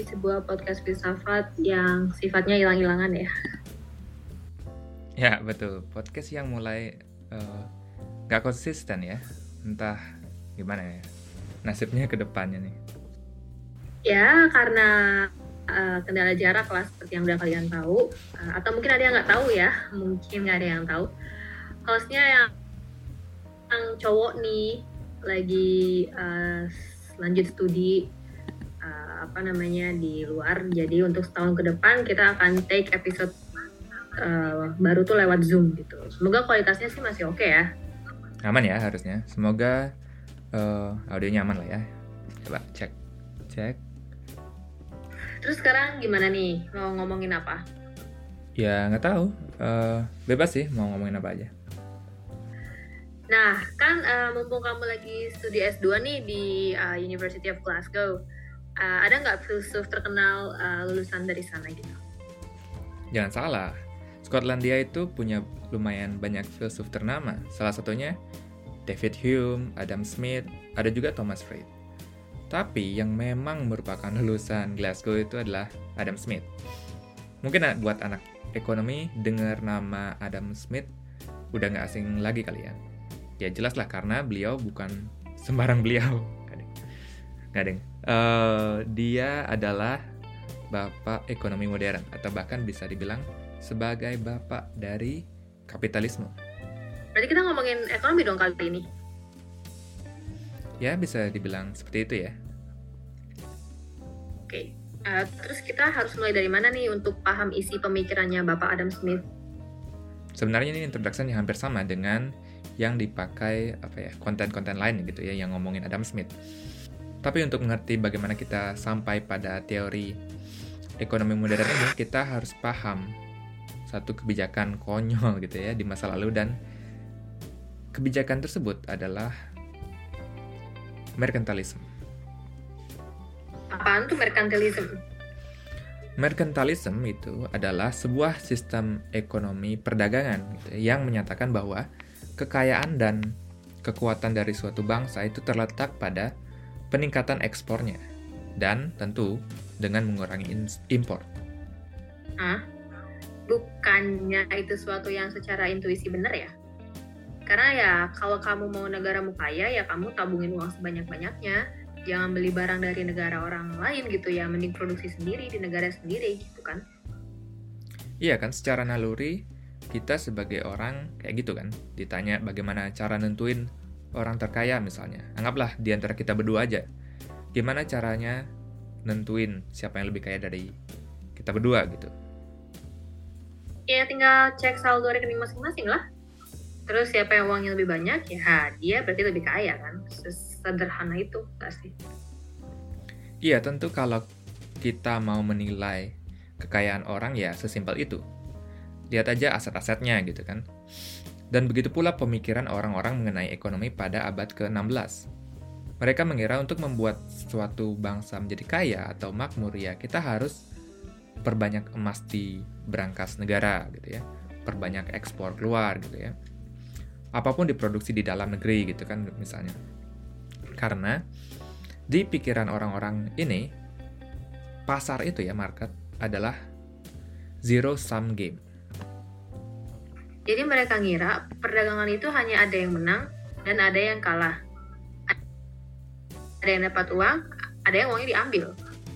sebuah podcast filsafat yang sifatnya hilang-hilangan ya. Ya, betul. Podcast yang mulai gak konsisten ya. Entah gimana ya. Nasibnya ke depannya nih. Ya, karena kendala jarak lah seperti yang udah kalian tahu. Atau mungkin ada yang nggak tahu ya. Mungkin nggak ada yang tahu. Hostnya yang cowok nih lagi lanjut studi di luar. Jadi untuk setahun ke depan kita akan take episode baru tuh lewat Zoom gitu. Semoga kualitasnya sih masih oke ya. Aman ya harusnya. Semoga audionya aman lah ya. Coba cek. Terus sekarang gimana nih? Mau ngomongin apa? Ya nggak tahu. Bebas sih mau ngomongin apa aja. Nah, kan mumpung kamu lagi studi S2 nih di University of Glasgow, ada nggak filsuf terkenal lulusan dari sana gitu? Jangan salah, Skotlandia itu punya lumayan banyak filsuf ternama. Salah satunya David Hume, Adam Smith, ada juga Thomas Reid. Tapi yang memang merupakan lulusan Glasgow itu adalah Adam Smith. Mungkin buat anak ekonomi dengar nama Adam Smith udah nggak asing lagi kali ya. Ya jelas lah karena beliau bukan sembarang beliau. Nggak deng. Dia adalah bapak ekonomi modern atau bahkan bisa dibilang sebagai bapak dari kapitalisme. Berarti kita ngomongin ekonomi dong kali ini? Ya bisa dibilang seperti itu ya. Oke. Terus kita harus mulai dari mana nih untuk paham isi pemikirannya Bapak Adam Smith? Sebenarnya ini introduction yang hampir sama dengan yang dipakai konten-konten lain gitu ya yang ngomongin Adam Smith. Tapi untuk mengerti bagaimana kita sampai pada teori ekonomi modern ini, kita harus paham satu kebijakan konyol gitu ya di masa lalu, dan kebijakan tersebut adalah merkantilisme. Apaan tuh merkantilisme? Merkantilisme itu adalah sebuah sistem ekonomi perdagangan gitu ya, yang menyatakan bahwa kekayaan dan kekuatan dari suatu bangsa itu terletak pada peningkatan ekspornya, dan tentu dengan mengurangi impor. Bukannya itu suatu yang secara intuisi benar ya? Karena ya kalau kamu mau negaramu kaya, ya kamu tabungin uang sebanyak-banyaknya. Jangan beli barang dari negara orang lain gitu ya, mending produksi sendiri di negara sendiri gitu kan. Iya kan, secara naluri kita sebagai orang kayak gitu kan, ditanya bagaimana cara nentuin orang terkaya misalnya. Anggaplah di antara kita berdua aja. Gimana caranya nentuin siapa yang lebih kaya dari kita berdua gitu? Ya tinggal cek saldo rekening masing-masing lah. Terus siapa yang uangnya lebih banyak, ya dia berarti lebih kaya kan. Sederhana itu gak sih? Iya, tentu kalau kita mau menilai kekayaan orang ya sesimpel itu. Lihat aja aset-asetnya gitu kan. Dan begitu pula pemikiran orang-orang mengenai ekonomi pada abad ke-16. Mereka mengira untuk membuat suatu bangsa menjadi kaya atau makmur ya kita harus perbanyak emas di berangkas negara gitu ya. Perbanyak ekspor keluar gitu ya. Apapun diproduksi di dalam negeri gitu kan misalnya. Karena di pikiran orang-orang ini pasar itu ya, market adalah zero sum game. Jadi mereka ngira perdagangan itu hanya ada yang menang dan ada yang kalah. Ada yang dapat uang, ada yang uangnya diambil.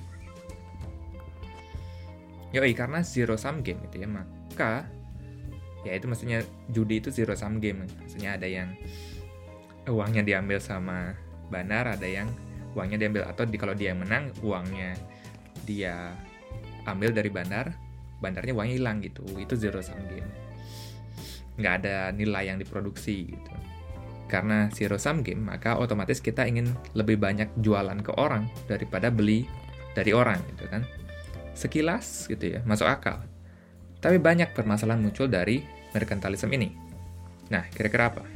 Yoi, karena zero sum game gitu ya, maka ya itu maksudnya judi itu zero sum game. Maksudnya ada yang uangnya diambil sama bandar, ada yang uangnya diambil, atau kalau dia yang menang uangnya dia ambil dari bandar, bandarnya uangnya hilang gitu. Itu zero sum game. Nggak ada nilai yang diproduksi gitu. Karena zero sum game, maka otomatis kita ingin lebih banyak jualan ke orang daripada beli dari orang gitu kan. Sekilas gitu ya, masuk akal. Tapi banyak permasalahan muncul dari merkantilisme ini. Nah, kira-kira apa?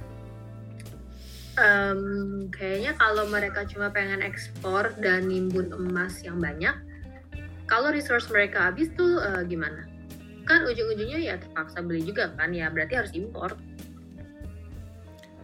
Kayaknya kalau mereka cuma pengen ekspor dan nimbun emas yang banyak, kalau resource mereka habis tuh gimana? Kan ujung-ujungnya ya terpaksa beli juga kan, ya berarti harus impor.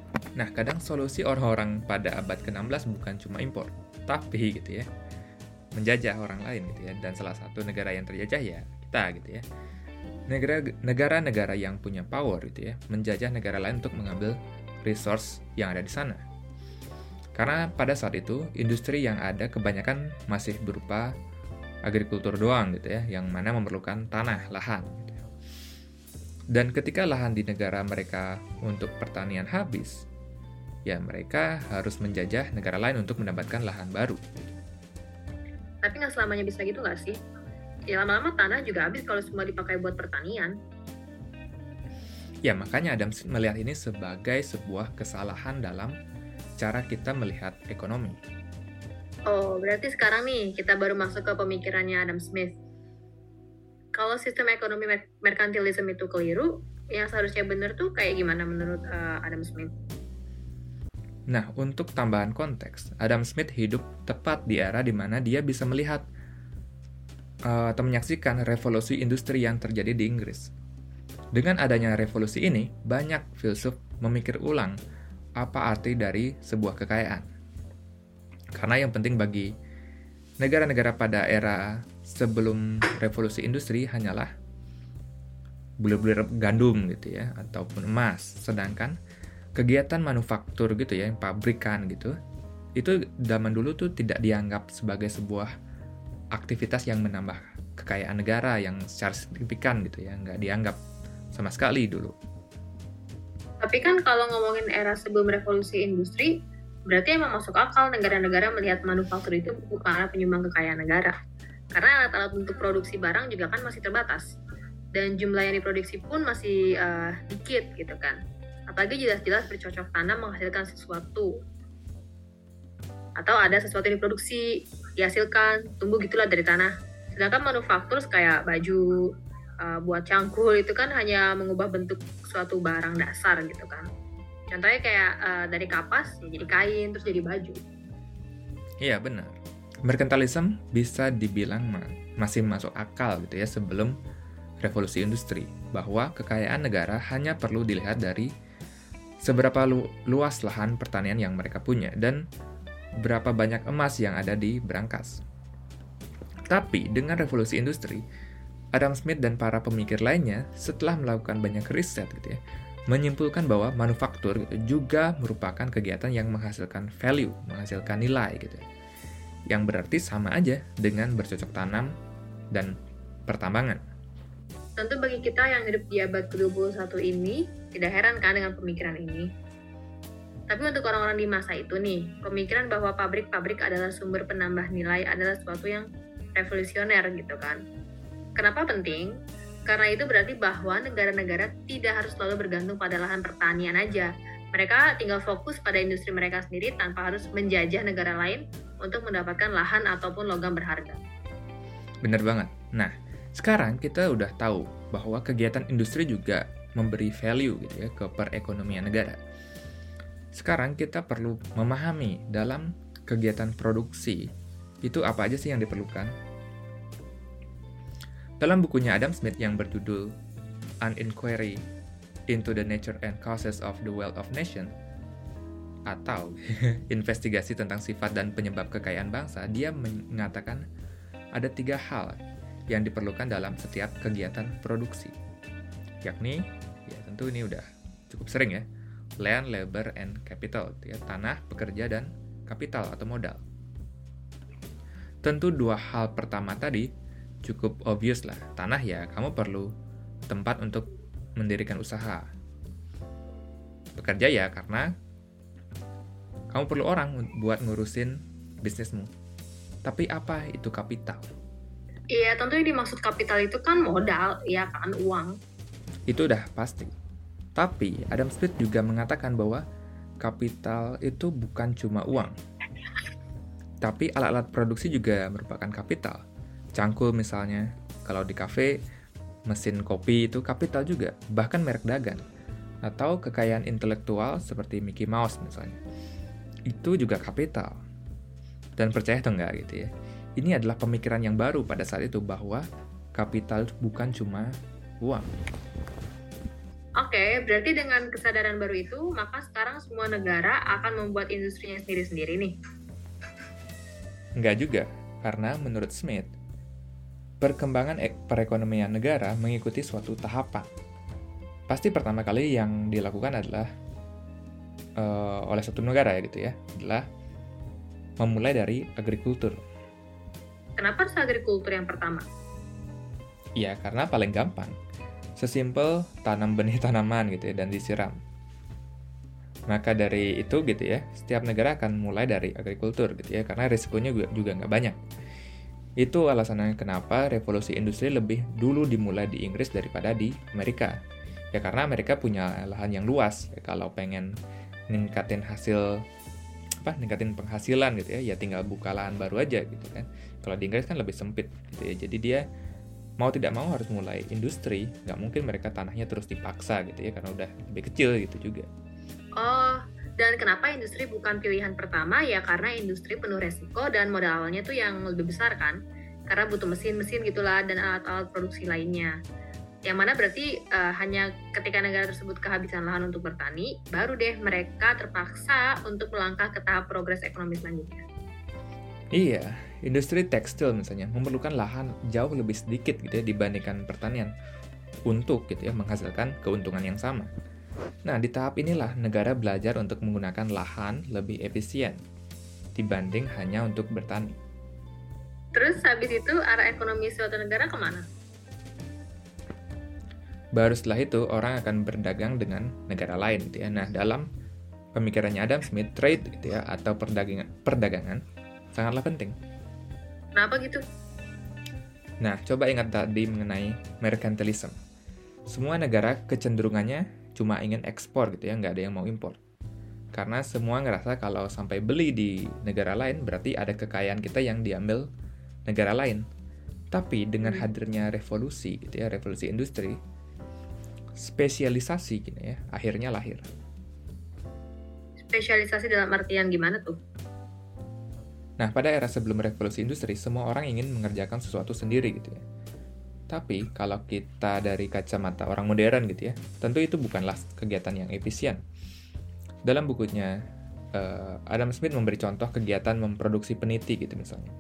Nah, kadang solusi orang-orang pada abad ke-16 bukan cuma impor, tapi gitu ya, menjajah orang lain gitu ya. Dan salah satu negara yang terjajah ya kita gitu ya. Negara-negara yang punya power gitu ya, menjajah negara lain untuk mengambil resource yang ada di sana. Karena pada saat itu industri yang ada kebanyakan masih berupa agrikultur doang gitu ya, yang mana memerlukan tanah, lahan gitu ya. Dan ketika lahan di negara mereka untuk pertanian habis, ya mereka harus menjajah negara lain untuk mendapatkan lahan baru. Tapi nggak selamanya bisa gitu nggak sih? Ya lama-lama tanah juga habis kalau semua dipakai buat pertanian. Ya makanya Adam Smith melihat ini sebagai sebuah kesalahan dalam cara kita melihat ekonomi. Oh, berarti sekarang nih kita baru masuk ke pemikirannya Adam Smith. Kalau sistem ekonomi merkantilisme itu keliru, yang seharusnya benar tuh kayak gimana menurut Adam Smith? Nah, untuk tambahan konteks, Adam Smith hidup tepat di era di mana dia bisa melihat atau menyaksikan revolusi industri yang terjadi di Inggris. Dengan adanya revolusi ini, banyak filsuf memikir ulang apa arti dari sebuah kekayaan. Karena yang penting bagi negara-negara pada era sebelum revolusi industri hanyalah bulir-bulir gandum gitu ya, ataupun emas. Sedangkan kegiatan manufaktur gitu ya, yang pabrikan gitu, itu zaman dulu tuh tidak dianggap sebagai sebuah aktivitas yang menambah kekayaan negara yang secara signifikan gitu ya, nggak dianggap sama sekali dulu. Tapi kan kalau ngomongin era sebelum revolusi industri, berarti emang masuk akal negara-negara melihat manufaktur itu bukan penyumbang kekayaan negara. Karena alat-alat untuk produksi barang juga kan masih terbatas. Dan jumlah yang diproduksi pun masih dikit gitu kan. Apalagi jelas-jelas bercocok tanam menghasilkan sesuatu. Atau ada sesuatu yang diproduksi, dihasilkan, tumbuh gitulah dari tanah. Sedangkan manufaktur kayak baju, buat cangkul itu kan hanya mengubah bentuk suatu barang dasar gitu kan. Contohnya kayak dari kapas ya jadi kain, terus jadi baju. Iya benar. Merkantilisme bisa dibilang masih masuk akal gitu ya sebelum revolusi industri. Bahwa kekayaan negara hanya perlu dilihat dari seberapa luas lahan pertanian yang mereka punya dan berapa banyak emas yang ada di berangkas. Tapi dengan revolusi industri, Adam Smith dan para pemikir lainnya setelah melakukan banyak riset gitu ya, menyimpulkan bahwa manufaktur juga merupakan kegiatan yang menghasilkan value, menghasilkan nilai gitu ya. Yang berarti sama aja dengan bercocok tanam dan pertambangan. Tentu bagi kita yang hidup di abad ke-21 ini, tidak heran kan dengan pemikiran ini. Tapi untuk orang-orang di masa itu nih, pemikiran bahwa pabrik-pabrik adalah sumber penambah nilai adalah sesuatu yang revolusioner gitu kan. Kenapa penting? Karena itu berarti bahwa negara-negara tidak harus selalu bergantung pada lahan pertanian aja. Mereka tinggal fokus pada industri mereka sendiri tanpa harus menjajah negara lain untuk mendapatkan lahan ataupun logam berharga. Benar banget. Nah, sekarang kita udah tahu bahwa kegiatan industri juga memberi value gitu ya ke perekonomian negara. Sekarang kita perlu memahami dalam kegiatan produksi itu apa aja sih yang diperlukan. Dalam bukunya Adam Smith yang berjudul An Inquiry into the Nature and Causes of the Wealth of Nation atau investigasi tentang sifat dan penyebab kekayaan bangsa, dia mengatakan ada 3 hal yang diperlukan dalam setiap kegiatan produksi. Yakni, ya tentu ini udah cukup sering ya, land, labor, and capital, ya, tanah, pekerja, dan kapital atau modal. Tentu 2 hal pertama tadi cukup obvious lah. Tanah ya, kamu perlu tempat untuk mendirikan usaha. Pekerja ya, karena kamu perlu orang buat ngurusin bisnismu. Tapi apa itu kapital? Iya, tentu yang dimaksud kapital itu kan modal, ya kan, uang. Itu udah pasti. Tapi Adam Smith juga mengatakan bahwa kapital itu bukan cuma uang. Tapi alat-alat produksi juga merupakan kapital. Cangkul misalnya, kalau di kafe, mesin kopi itu kapital juga, bahkan merek dagang. Atau kekayaan intelektual seperti Mickey Mouse misalnya. Itu juga kapital. Dan percaya atau enggak gitu ya, ini adalah pemikiran yang baru pada saat itu bahwa kapital bukan cuma uang. Oke, berarti dengan kesadaran baru itu, maka sekarang semua negara akan membuat industrinya sendiri-sendiri nih. Enggak juga. Karena menurut Smith, perkembangan perekonomian negara mengikuti suatu tahapan. Pasti pertama kali yang dilakukan adalah oleh suatu negara adalah memulai dari agrikultur. Kenapa harus agrikultur yang pertama? Ya, karena paling gampang. Sesimpel tanam benih tanaman dan disiram. Maka dari itu setiap negara akan mulai dari agrikultur karena risikonya juga nggak banyak. Itu alasannya kenapa revolusi industri lebih dulu dimulai di Inggris daripada di Amerika. Ya karena Amerika punya lahan yang luas. Kalau pengen ningkatin penghasilan ya tinggal buka lahan baru aja kan. Kalau di Inggris kan lebih sempit Jadi dia mau tidak mau harus mulai industri. Nggak mungkin mereka tanahnya terus dipaksa karena udah lebih kecil juga. Oh, dan kenapa industri bukan pilihan pertama? Ya karena industri penuh resiko dan modal awalnya tuh yang lebih besar kan. Karena butuh mesin-mesin gitulah dan alat-alat produksi lainnya. Yang mana berarti hanya ketika negara tersebut kehabisan lahan untuk bertani, baru deh mereka terpaksa untuk melangkah ke tahap progres ekonomi selanjutnya. Iya, industri tekstil misalnya memerlukan lahan jauh lebih sedikit dibandingkan pertanian untuk menghasilkan keuntungan yang sama. Nah, di tahap inilah negara belajar untuk menggunakan lahan lebih efisien dibanding hanya untuk bertani. Terus habis itu arah ekonomi suatu negara kemana? Baru setelah itu orang akan berdagang dengan negara lain Nah, dalam pemikirannya Adam Smith, trade atau perdagangan sangatlah penting. Kenapa gitu? Nah, coba ingat tadi mengenai merkantilisme. Semua negara kecenderungannya cuma ingin ekspor nggak ada yang mau impor. Karena semua ngerasa kalau sampai beli di negara lain berarti ada kekayaan kita yang diambil negara lain. Tapi dengan hadirnya revolusi revolusi industri, spesialisasi akhirnya lahir. Spesialisasi dalam artian gimana tuh? Nah, pada era sebelum revolusi industri, semua orang ingin mengerjakan sesuatu sendiri Tapi, kalau kita dari kacamata orang modern tentu itu bukanlah kegiatan yang efisien. Dalam bukunya, Adam Smith memberi contoh kegiatan memproduksi peniti misalnya.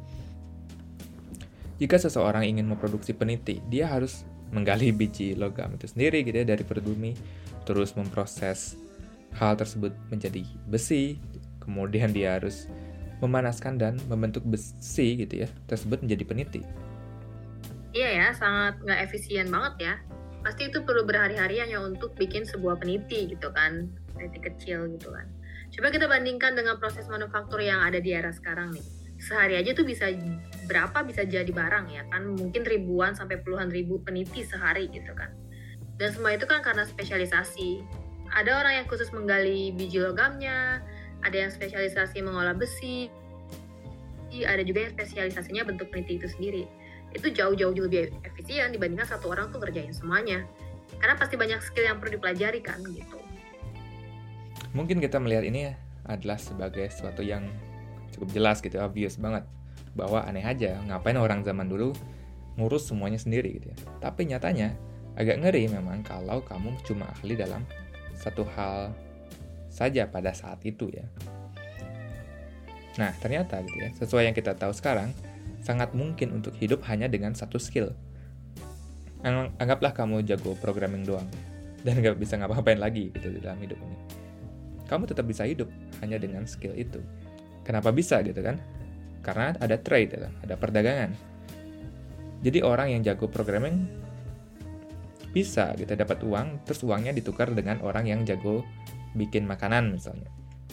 Jika seseorang ingin memproduksi peniti, dia harus menggali biji logam itu sendiri dari perut bumi, terus memproses hal tersebut menjadi besi, kemudian dia harus memanaskan dan membentuk besi tersebut menjadi peniti. Iya ya, sangat nggak efisien banget ya. Pasti itu perlu berhari-hari hanya untuk bikin sebuah peniti kan, peniti kecil kan. Coba kita bandingkan dengan proses manufaktur yang ada di era sekarang nih. Sehari aja tuh bisa jadi barang ya kan, mungkin ribuan sampai puluhan ribu peniti sehari kan. Dan semua itu kan karena spesialisasi. Ada orang yang khusus menggali biji logamnya, ada yang spesialisasi mengolah besi, ada juga yang spesialisasinya bentuk peniti itu sendiri. Itu jauh-jauh lebih efisien dibandingkan satu orang tuh ngerjain semuanya. Karena pasti banyak skill yang perlu dipelajari kan gitu. Mungkin kita melihat ini adalah sebagai sesuatu yang cukup jelas obvious banget. Bahwa aneh aja, ngapain orang zaman dulu ngurus semuanya sendiri Tapi nyatanya, agak ngeri memang kalau kamu cuma ahli dalam satu hal saja pada saat itu ya. Nah, ternyata sesuai yang kita tahu sekarang, sangat mungkin untuk hidup hanya dengan satu skill. Anggaplah kamu jago programming doang, dan gak bisa ngapa-ngapain lagi di dalam hidup ini. Kamu tetap bisa hidup hanya dengan skill itu. Kenapa bisa kan? Karena ada trade, ada perdagangan. Jadi orang yang jago programming bisa dapat uang, terus uangnya ditukar dengan orang yang jago bikin makanan misalnya.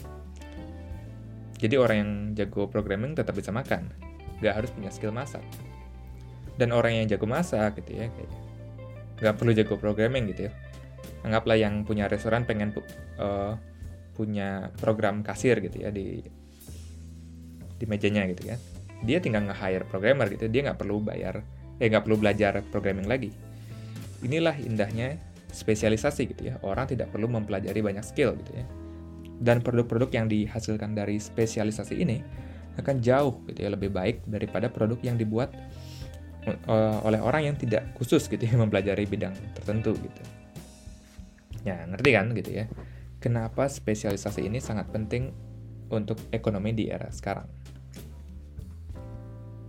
Jadi orang yang jago programming tetap bisa makan, gak harus punya skill masak. Dan orang yang jago masak gak perlu jago programming Anggaplah yang punya restoran pengen punya program kasir di mejanya kan. Dia tinggal nge-hire programmer dia nggak perlu belajar programming lagi. Inilah indahnya spesialisasi Orang tidak perlu mempelajari banyak skill Dan produk-produk yang dihasilkan dari spesialisasi ini akan jauh lebih baik daripada produk yang dibuat oleh orang yang tidak khusus mempelajari bidang tertentu Ya, ngerti kan Kenapa spesialisasi ini sangat penting untuk ekonomi di era sekarang.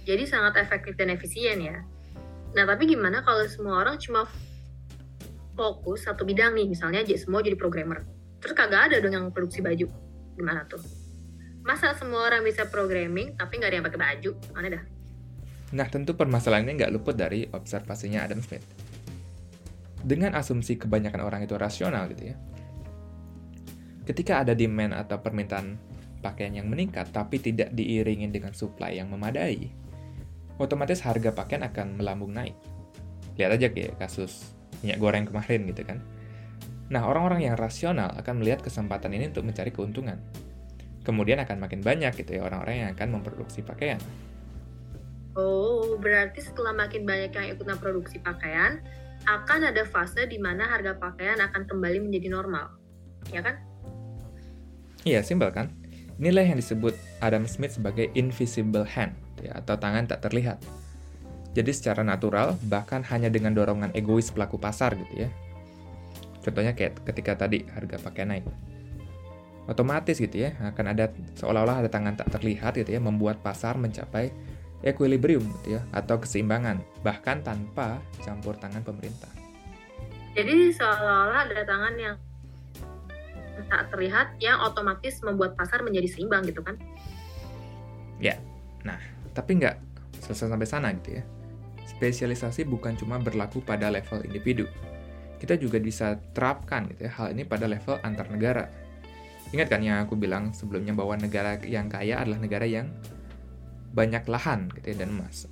Jadi sangat efektif dan efisien ya. Nah, tapi gimana kalau semua orang cuma fokus satu bidang nih, misalnya semua jadi programmer. Terus kagak ada dong yang produksi baju. Gimana tuh? Masa semua orang bisa programming tapi nggak ada yang pakai baju? Mana dah? Nah, tentu permasalahannya nggak luput dari observasinya Adam Smith. Dengan asumsi kebanyakan orang itu rasional gitu ya. Ketika ada demand atau permintaan pakaian yang meningkat tapi tidak diiringi dengan supply yang memadai, otomatis harga pakaian akan melambung naik. Lihat aja kayak kasus minyak goreng kemarin gitu kan. Nah, orang-orang yang rasional akan melihat kesempatan ini untuk mencari keuntungan. Kemudian akan makin banyak gitu ya orang-orang yang akan memproduksi pakaian. Oh, berarti setelah makin banyak yang ikut memproduksi pakaian, akan ada fase di mana harga pakaian akan kembali menjadi normal. Ya kan? Iya, simpel kan? Inilah yang disebut Adam Smith sebagai invisible hand, ya, atau tangan tak terlihat. Jadi secara natural, bahkan hanya dengan dorongan egois pelaku pasar gitu ya. Contohnya kayak ketika tadi harga pakaian naik. Otomatis gitu ya, akan ada seolah-olah ada tangan tak terlihat gitu ya, membuat pasar mencapai equilibrium gitu ya, atau keseimbangan, bahkan tanpa campur tangan pemerintah. Jadi seolah-olah ada tangan yang tak terlihat yang otomatis membuat pasar menjadi seimbang gitu kan? Ya, nah, tapi nggak selesai sampai sana gitu ya. Spesialisasi bukan cuma berlaku pada level individu. Kita juga bisa terapkan gitu ya, hal ini pada level antar negara. Ingat kan yang aku bilang sebelumnya bahwa negara yang kaya adalah negara yang banyak lahan gitu ya, dan emas.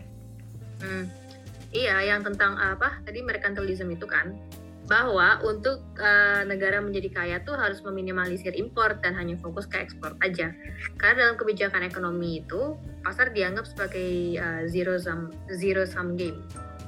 Iya, yang tentang apa tadi merkantilisme itu kan, bahwa untuk negara menjadi kaya tuh harus meminimalisir impor dan hanya fokus ke ekspor aja. Karena dalam kebijakan ekonomi itu pasar dianggap sebagai zero sum game.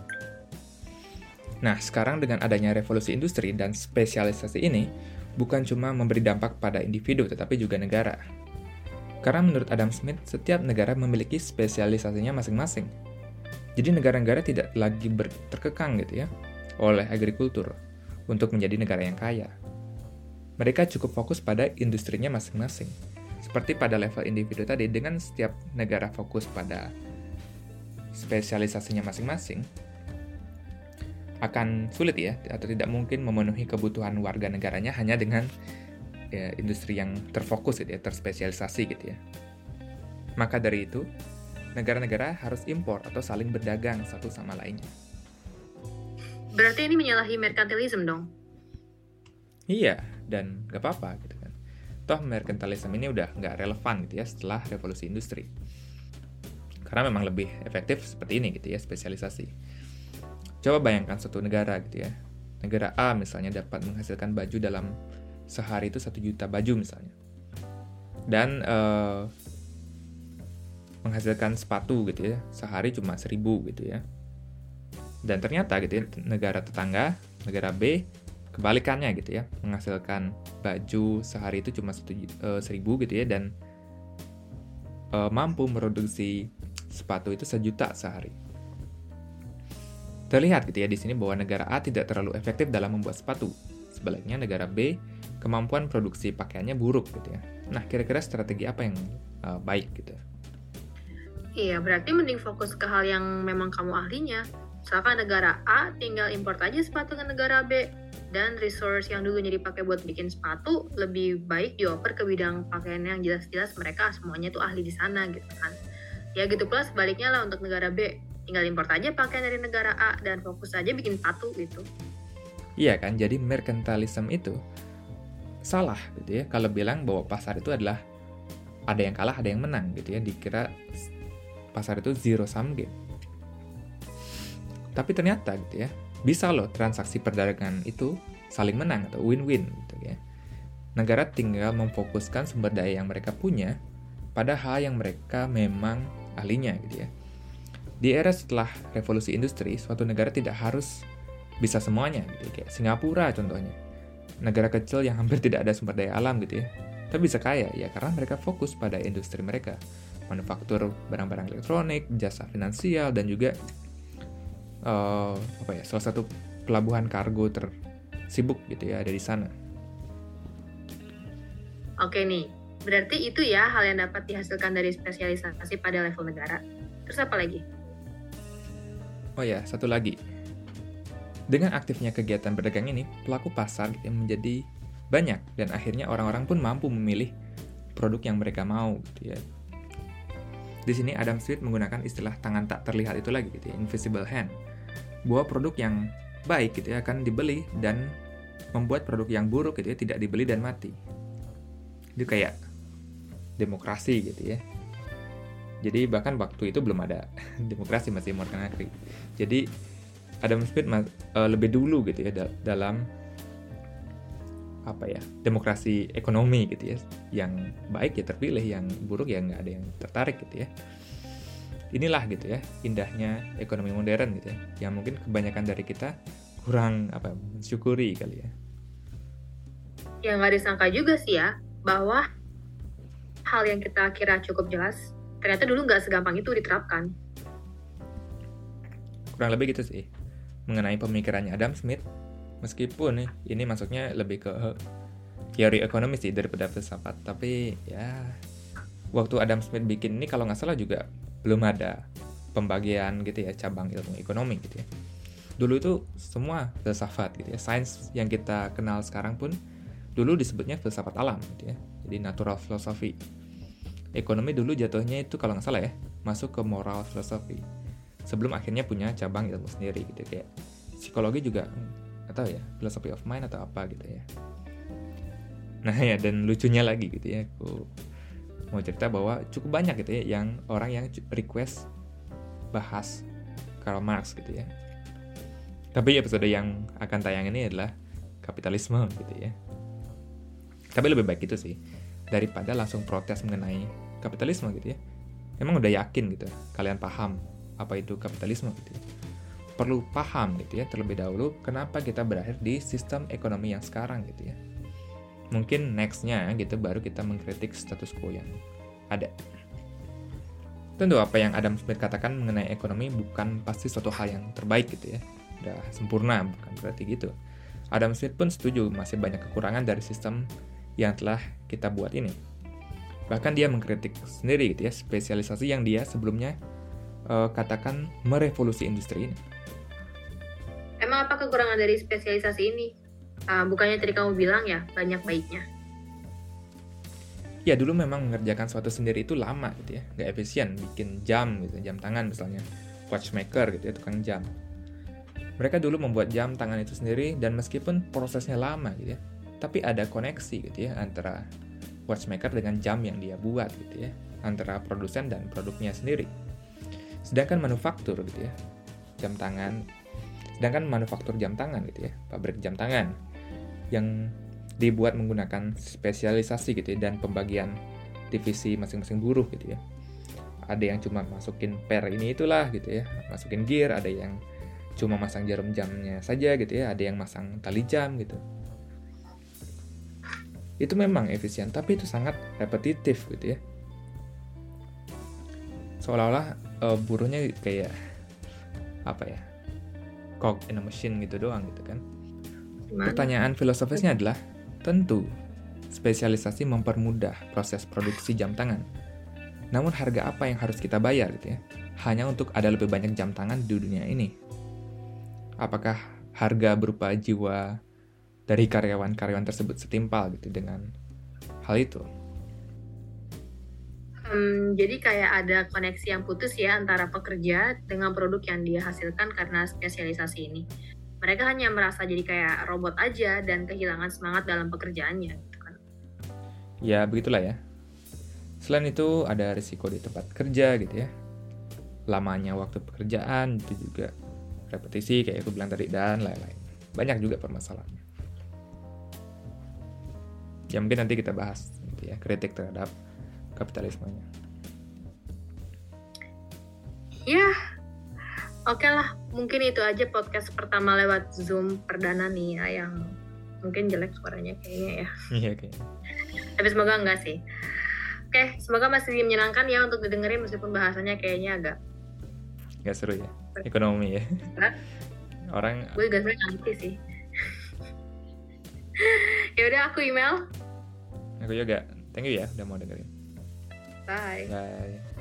Nah, sekarang dengan adanya revolusi industri dan spesialisasi ini, bukan cuma memberi dampak pada individu, tetapi juga negara. Karena menurut Adam Smith, setiap negara memiliki spesialisasinya masing-masing. Jadi negara-negara tidak lagi terkekang gitu ya, oleh agrikultur untuk menjadi negara yang kaya. Mereka cukup fokus pada industrinya masing-masing. Seperti pada level individu tadi, dengan setiap negara fokus pada spesialisasinya masing-masing, akan sulit ya, atau tidak mungkin memenuhi kebutuhan warga negaranya hanya dengan ya, industri yang terfokus gitu ya, terspesialisasi gitu ya. Maka dari itu, negara-negara harus impor atau saling berdagang satu sama lainnya. Berarti ini menyalahi merkantilisme dong? Iya, dan gak apa-apa gitu kan. Toh merkantilisme ini udah gak relevan gitu ya setelah revolusi industri. Karena memang lebih efektif seperti ini gitu ya, spesialisasi. Coba bayangkan suatu negara gitu ya. Negara A misalnya dapat menghasilkan baju dalam sehari itu 1 juta baju misalnya. Dan menghasilkan sepatu gitu ya, sehari cuma 1.000 gitu ya. Dan ternyata gitu ya, negara tetangga, negara B, kebalikannya gitu ya, menghasilkan baju sehari itu cuma 1.000 gitu ya, dan mampu memproduksi sepatu itu 1 juta sehari. Terlihat gitu ya di sini bahwa negara A tidak terlalu efektif dalam membuat sepatu. Sebaliknya negara B, kemampuan produksi pakaiannya buruk gitu ya. Nah, kira-kira strategi apa yang baik gitu? Iya, berarti mending fokus ke hal yang memang kamu ahlinya. Misalkan negara A tinggal import aja sepatu ke negara B, dan resource yang dulunya dipakai buat bikin sepatu lebih baik dioper ke bidang pakaian yang jelas-jelas mereka semuanya tuh ahli di sana gitu kan. Ya gitu pula sebaliknya lah untuk negara B, tinggal import aja pakaian dari negara A dan fokus aja bikin sepatu gitu. Iya kan, jadi merkantilisme itu salah gitu ya kalau bilang bahwa pasar itu adalah ada yang kalah ada yang menang gitu ya, dikira pasar itu zero sum game. Tapi ternyata gitu ya, bisa loh transaksi perdagangan itu saling menang atau win-win gitu ya. Negara tinggal memfokuskan sumber daya yang mereka punya pada hal yang mereka memang ahlinya gitu ya. Di era setelah revolusi industri, suatu negara tidak harus bisa semuanya gitu, kayak Singapura contohnya. Negara kecil yang hampir tidak ada sumber daya alam gitu ya. Tapi bisa kaya ya karena mereka fokus pada industri mereka. Manufaktur barang-barang elektronik, jasa finansial, dan juga salah satu pelabuhan kargo tersibuk gitu ya ada di sana. Oke nih, berarti itu ya hal yang dapat dihasilkan dari spesialisasi pada level negara. Terus apa lagi? Oh ya, satu lagi. Dengan aktifnya kegiatan berdagang ini, pelaku pasar gitu ya, menjadi banyak dan akhirnya orang-orang pun mampu memilih produk yang mereka mau gitu ya. Di sini Adam Smith menggunakan istilah tangan tak terlihat itu lagi gitu ya, invisible hand. Bahwa produk yang baik gitu ya akan dibeli dan membuat produk yang buruk gitu ya tidak dibeli dan mati. Itu kayak demokrasi gitu ya. Jadi bahkan waktu itu belum ada demokrasi, masih monarki. Jadi Adam Smith lebih dulu gitu ya dalam demokrasi ekonomi gitu ya. Yang baik ya terpilih, yang buruk ya nggak ada yang tertarik gitu ya. Inilah gitu ya indahnya ekonomi modern gitu ya, yang mungkin kebanyakan dari kita kurang mensyukuri kali ya. Ya nggak disangka juga sih ya bahwa hal yang kita kira cukup jelas ternyata dulu nggak segampang itu diterapkan. Kurang lebih gitu sih mengenai pemikirannya Adam Smith. Meskipun ini masuknya lebih ke teori ekonomi sih daripada filsafat, tapi ya waktu Adam Smith bikin ini kalau nggak salah juga belum ada pembagian gitu ya cabang ilmu ekonomi gitu ya. Dulu itu semua filsafat gitu ya. Sains yang kita kenal sekarang pun dulu disebutnya filsafat alam gitu ya. Jadi natural philosophy. Ekonomi dulu jatuhnya itu kalau nggak salah ya masuk ke moral philosophy. Sebelum akhirnya punya cabang ilmu sendiri gitu kayak psikologi juga atau ya philosophy of mind atau apa gitu ya. Nah ya, dan lucunya lagi gitu ya, aku mau cerita bahwa cukup banyak gitu ya yang orang yang request bahas Karl Marx gitu ya. Tapi episode yang akan tayang ini adalah kapitalisme gitu ya. Tapi lebih baik itu sih daripada langsung protes mengenai kapitalisme gitu ya. Emang udah yakin gitu kalian paham apa itu kapitalisme gitu ya. Perlu paham gitu ya terlebih dahulu kenapa kita berakhir di sistem ekonomi yang sekarang gitu ya. Mungkin nextnya gitu baru kita mengkritik status quo yang ada. Tentu apa yang Adam Smith katakan mengenai ekonomi bukan pasti suatu hal yang terbaik gitu ya. Udah sempurna, bukan berarti gitu. Adam Smith pun setuju masih banyak kekurangan dari sistem yang telah kita buat ini. Bahkan dia mengkritik sendiri gitu ya spesialisasi yang dia sebelumnya katakan merevolusi industri ini. Emang apa kekurangan dari spesialisasi ini? Bukannya tadi kamu bilang ya banyak baiknya. Ya dulu memang mengerjakan suatu sendiri itu lama gitu ya, nggak efisien. Bikin jam gitu, jam tangan misalnya, watchmaker gitu ya, tukang jam. Mereka dulu membuat jam tangan itu sendiri dan meskipun prosesnya lama gitu ya, tapi ada koneksi gitu ya antara watchmaker dengan jam yang dia buat gitu ya, antara produsen dan produknya sendiri. Sedangkan manufaktur gitu ya, manufaktur jam tangan gitu ya, pabrik jam tangan yang dibuat menggunakan spesialisasi gitu ya, dan pembagian divisi masing-masing buruh gitu ya. Ada yang cuma masukin per ini itulah gitu ya, masukin gear, ada yang cuma masang jarum jamnya saja gitu ya, ada yang masang tali jam gitu. Itu memang efisien, tapi itu sangat repetitif gitu ya. Seolah-olah buruhnya kayak cog in a machine gitu doang gitu kan. Pertanyaan filosofisnya adalah, tentu spesialisasi mempermudah proses produksi jam tangan. Namun harga apa yang harus kita bayar gitu ya? Hanya untuk ada lebih banyak jam tangan di dunia ini. Apakah harga berupa jiwa dari karyawan-karyawan tersebut setimpal gitu dengan hal itu? Jadi kayak ada koneksi yang putus ya antara pekerja dengan produk yang dia hasilkan karena spesialisasi ini. Mereka hanya merasa jadi kayak robot aja dan kehilangan semangat dalam pekerjaannya gitu kan. Ya begitulah ya. Selain itu ada risiko di tempat kerja gitu ya. Lamanya waktu pekerjaan itu juga repetisi kayak aku bilang tadi dan lain-lain. Banyak juga permasalahannya. Ya mungkin nanti kita bahas gitu ya, kritik terhadap kapitalismenya. Ya, oke lah. Mungkin itu aja podcast pertama lewat Zoom perdana nih ya, yang mungkin jelek suaranya kayaknya ya. Iya kayaknya. Tapi semoga enggak sih. Oke, semoga masih menyenangkan ya untuk didengerin meskipun bahasanya kayaknya agak seru ya, ekonomi ya. Orang. Gue juga sebenarnya ngerti sih. Ya udah, aku email. Aku juga. Thank you ya udah mau dengerin. Bye. Bye.